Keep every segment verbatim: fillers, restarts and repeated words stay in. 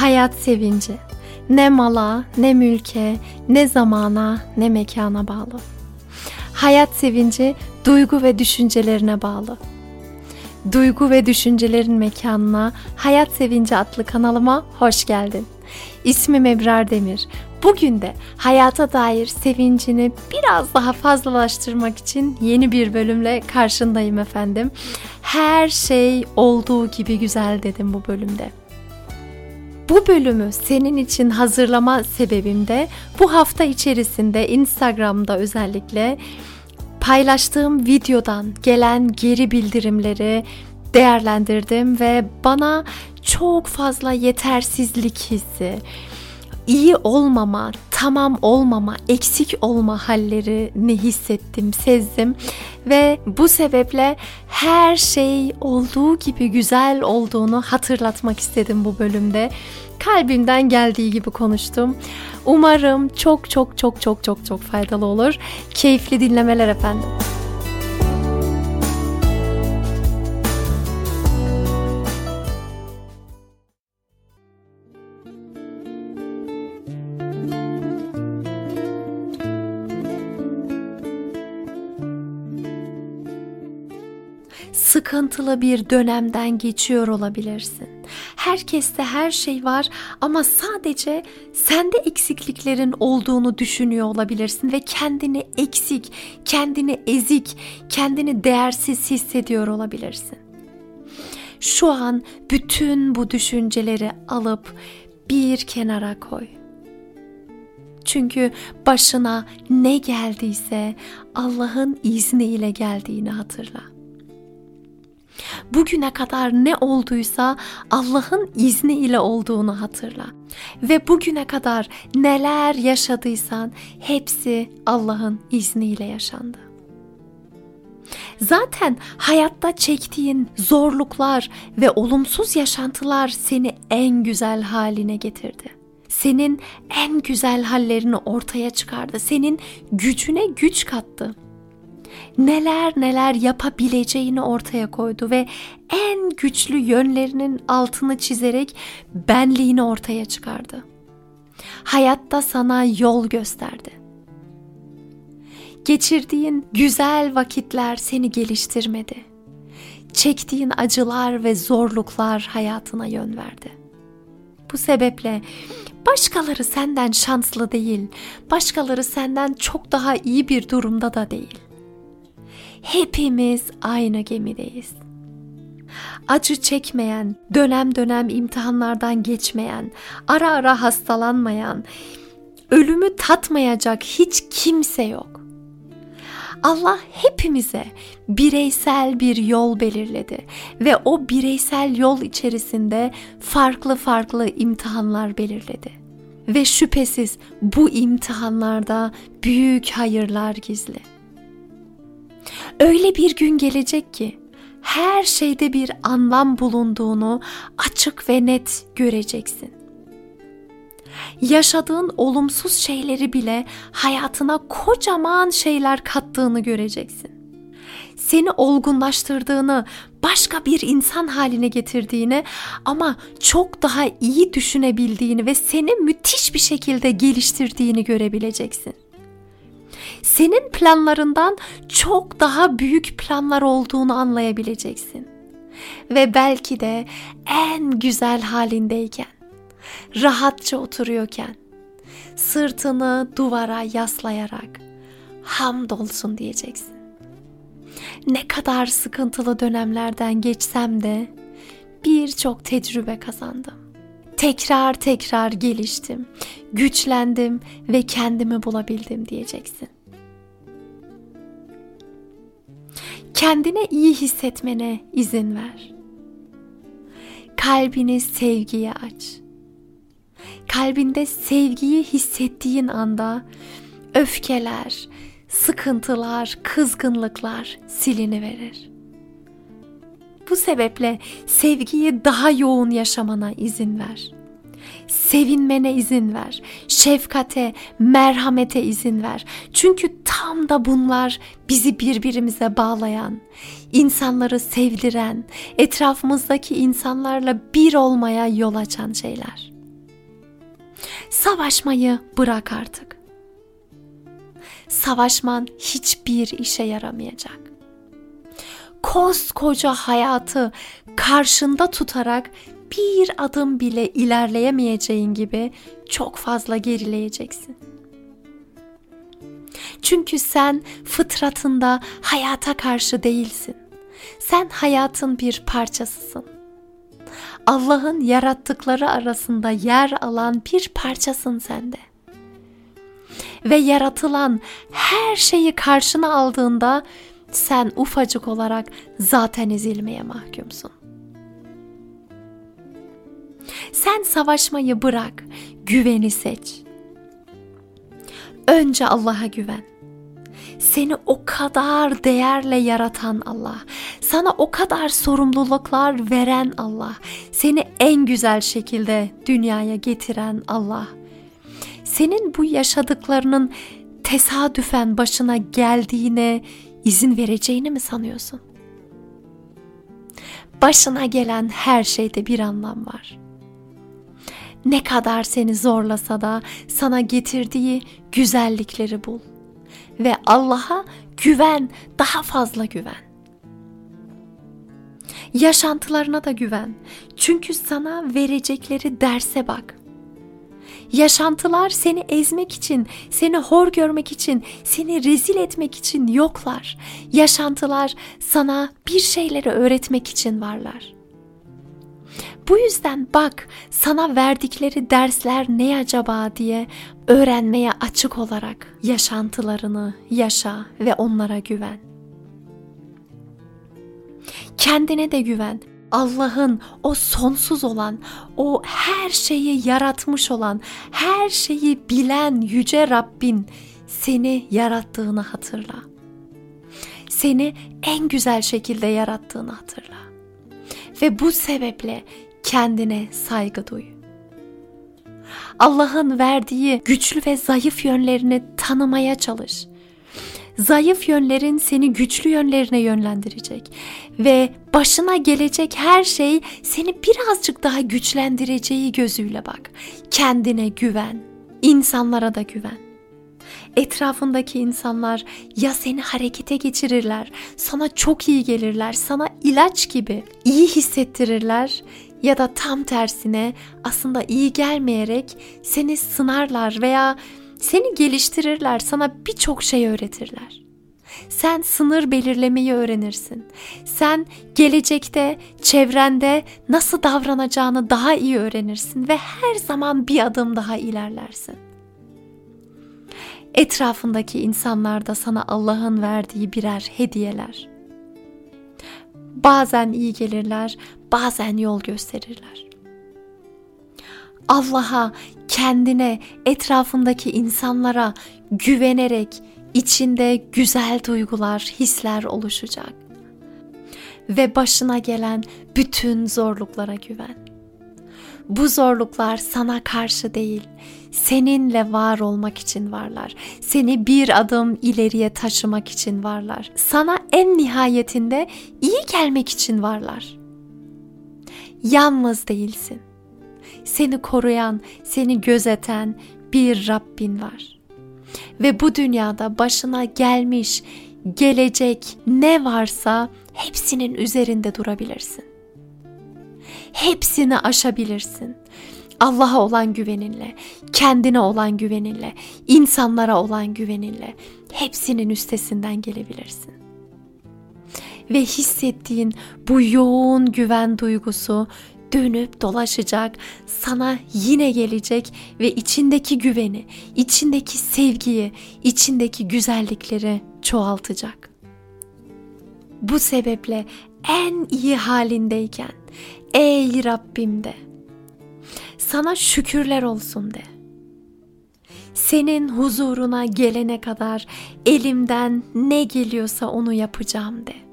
Hayat sevinci ne mala, ne mülke, ne zamana, ne mekana bağlı. Hayat sevinci duygu ve düşüncelerine bağlı. Duygu ve düşüncelerin mekanına Hayat Sevinci adlı kanalıma hoş geldin. İsmim Ebrar Demir. Bugün de hayata dair sevincini biraz daha fazlalaştırmak için yeni bir bölümle karşındayım efendim. Her şey olduğu gibi güzel dedim bu bölümde. Bu bölümü senin için hazırlama sebebim de bu hafta içerisinde Instagram'da özellikle paylaştığım videodan gelen geri bildirimleri değerlendirdim ve bana çok fazla yetersizlik hissi, iyi olmama, tamam olmama, eksik olma hallerini hissettim, sezdim ve bu sebeple her şey olduğu gibi güzel olduğunu hatırlatmak istedim bu bölümde. Kalbimden geldiği gibi konuştum. Umarım çok çok çok çok çok çok faydalı olur. Keyifli dinlemeler efendim. Sıkıntılı bir dönemden geçiyor olabilirsin. Herkeste her şey var ama sadece sende eksikliklerin olduğunu düşünüyor olabilirsin ve kendini eksik, kendini ezik, kendini değersiz hissediyor olabilirsin. Şu an bütün bu düşünceleri alıp bir kenara koy. Çünkü başına ne geldiyse Allah'ın izniyle geldiğini hatırla. Bugüne kadar ne olduysa Allah'ın izniyle olduğunu hatırla. Ve bugüne kadar neler yaşadıysan hepsi Allah'ın izniyle yaşandı. Zaten hayatta çektiğin zorluklar ve olumsuz yaşantılar seni en güzel haline getirdi. Senin en güzel hallerini ortaya çıkardı. Senin gücüne güç kattı. Neler neler yapabileceğini ortaya koydu ve en güçlü yönlerinin altını çizerek benliğini ortaya çıkardı. Hayatta sana yol gösterdi. Geçirdiğin güzel vakitler seni geliştirmedi. Çektiğin acılar ve zorluklar hayatına yön verdi. Bu sebeple başkaları senden şanslı değil, başkaları senden çok daha iyi bir durumda da değil. Hepimiz aynı gemideyiz. Acı çekmeyen, dönem dönem imtihanlardan geçmeyen, ara ara hastalanmayan, ölümü tatmayacak hiç kimse yok. Allah hepimize bireysel bir yol belirledi ve o bireysel yol içerisinde farklı farklı imtihanlar belirledi. Ve şüphesiz bu imtihanlarda büyük hayırlar gizli. Öyle bir gün gelecek ki her şeyde bir anlam bulunduğunu açık ve net göreceksin. Yaşadığın olumsuz şeyleri bile hayatına kocaman şeyler kattığını göreceksin. Seni olgunlaştırdığını, başka bir insan haline getirdiğini ama çok daha iyi düşünebildiğini ve seni müthiş bir şekilde geliştirdiğini görebileceksin. Senin planlarından çok daha büyük planlar olduğunu anlayabileceksin. Ve belki de en güzel halindeyken, rahatça oturuyorken, sırtını duvara yaslayarak hamdolsun diyeceksin. Ne kadar sıkıntılı dönemlerden geçsem de birçok tecrübe kazandım. Tekrar tekrar geliştim, güçlendim ve kendimi bulabildim diyeceksin. Kendine iyi hissetmene izin ver. Kalbini sevgiye aç. Kalbinde sevgiyi hissettiğin anda öfkeler, sıkıntılar, kızgınlıklar siliniverir. Bu sebeple sevgiyi daha yoğun yaşamana izin ver. Sevinmene izin ver. Şefkate, merhamete izin ver. Çünkü tam da bunlar bizi birbirimize bağlayan, insanları sevdiren, etrafımızdaki insanlarla bir olmaya yol açan şeyler. Savaşmayı bırak artık. Savaşman hiçbir işe yaramayacak. Koskoca hayatı karşında tutarak bir adım bile ilerleyemeyeceğin gibi çok fazla gerileyeceksin. Çünkü sen fıtratında hayata karşı değilsin. Sen hayatın bir parçasısın. Allah'ın yarattıkları arasında yer alan bir parçasın sen de. Ve yaratılan her şeyi karşına aldığında sen ufacık olarak zaten ezilmeye mahkumsun. Sen savaşmayı bırak, güveni seç. Önce Allah'a güven. Seni o kadar değerle yaratan Allah, sana o kadar sorumluluklar veren Allah, seni en güzel şekilde dünyaya getiren Allah. Senin bu yaşadıklarının tesadüfen başına geldiğine izin vereceğini mi sanıyorsun? Başına gelen her şeyde bir anlam var. Ne kadar seni zorlasa da sana getirdiği güzellikleri bul. Ve Allah'a güven, daha fazla güven. Yaşantılarına da güven. Çünkü sana verecekleri derse bak. Yaşantılar seni ezmek için, seni hor görmek için, seni rezil etmek için yoklar. Yaşantılar sana bir şeyleri öğretmek için varlar. Bu yüzden bak, sana verdikleri dersler ne acaba diye öğrenmeye açık olarak yaşantılarını yaşa ve onlara güven. Kendine de güven. Allah'ın o sonsuz olan, o her şeyi yaratmış olan, her şeyi bilen yüce Rabbin seni yarattığını hatırla. Seni en güzel şekilde yarattığını hatırla. Ve bu sebeple kendine saygı duy. Allah'ın verdiği güçlü ve zayıf yönlerini tanımaya çalış. Zayıf yönlerin seni güçlü yönlerine yönlendirecek ve başına gelecek her şey seni birazcık daha güçlendireceği gözüyle bak. Kendine güven, insanlara da güven. Etrafındaki insanlar ya seni harekete geçirirler, sana çok iyi gelirler, sana ilaç gibi iyi hissettirirler ya da tam tersine aslında iyi gelmeyerek seni sınarlar veya seni geliştirirler, sana birçok şey öğretirler. Sen sınır belirlemeyi öğrenirsin. Sen gelecekte, çevrende nasıl davranacağını daha iyi öğrenirsin ve her zaman bir adım daha ilerlersin. Etrafındaki insanlar da sana Allah'ın verdiği birer hediyeler. Bazen iyi gelirler, bazen yol gösterirler. Allah'a, kendine, etrafındaki insanlara güvenerek içinde güzel duygular, hisler oluşacak. Ve başına gelen bütün zorluklara güven. Bu zorluklar sana karşı değil, seninle var olmak için varlar. Seni bir adım ileriye taşımak için varlar. Sana en nihayetinde iyi gelmek için varlar. Yalnız değilsin. Seni koruyan, seni gözeten bir Rabbin var. Ve bu dünyada başına gelmiş, gelecek ne varsa hepsinin üzerinde durabilirsin. Hepsini aşabilirsin. Allah'a olan güveninle, kendine olan güveninle, insanlara olan güveninle hepsinin üstesinden gelebilirsin. Ve hissettiğin bu yoğun güven duygusu dönüp dolaşacak, sana yine gelecek ve içindeki güveni, içindeki sevgiyi, içindeki güzellikleri çoğaltacak. Bu sebeple en iyi halindeyken, ey Rabbim de, sana şükürler olsun de. Senin huzuruna gelene kadar elimden ne geliyorsa onu yapacağım de.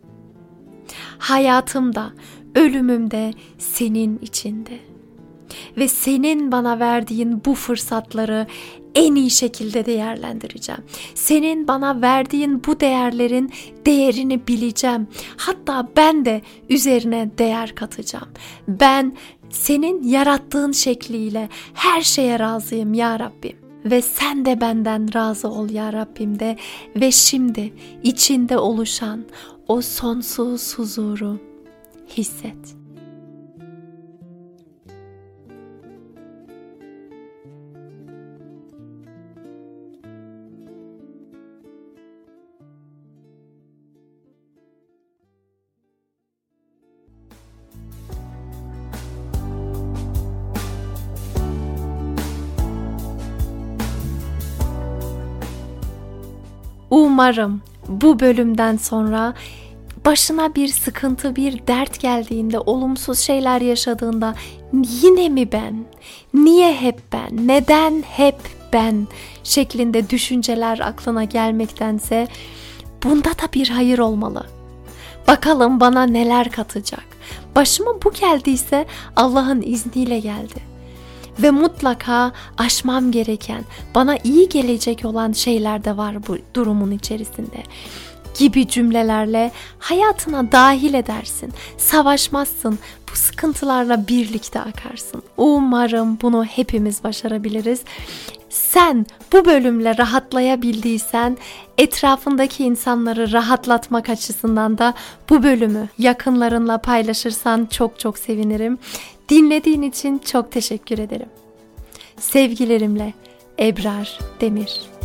Hayatımda, ölümümde senin içinde. Ve senin bana verdiğin bu fırsatları en iyi şekilde değerlendireceğim. Senin bana verdiğin bu değerlerin değerini bileceğim. Hatta ben de üzerine değer katacağım. Ben senin yarattığın şekliyle her şeye razıyım ya Rabbim. Ve sen de benden razı ol ya Rabbim de ve şimdi içinde oluşan o sonsuz huzuru hisset. Umarım bu bölümden sonra başına bir sıkıntı, bir dert geldiğinde, olumsuz şeyler yaşadığında yine mi ben, niye hep ben, neden hep ben şeklinde düşünceler aklına gelmektense bunda da bir hayır olmalı. Bakalım bana neler katacak. Başıma bu geldiyse Allah'ın izniyle geldi. Ve mutlaka aşmam gereken, bana iyi gelecek olan şeyler de var bu durumun içerisinde gibi cümlelerle hayatına dahil edersin. Savaşmazsın, bu sıkıntılarla birlikte akarsın. Umarım bunu hepimiz başarabiliriz. Sen bu bölümle rahatlayabildiysen, etrafındaki insanları rahatlatmak açısından da bu bölümü yakınlarınla paylaşırsan çok çok sevinirim. Dinlediğin için çok teşekkür ederim. Sevgilerimle Ebrar Demir.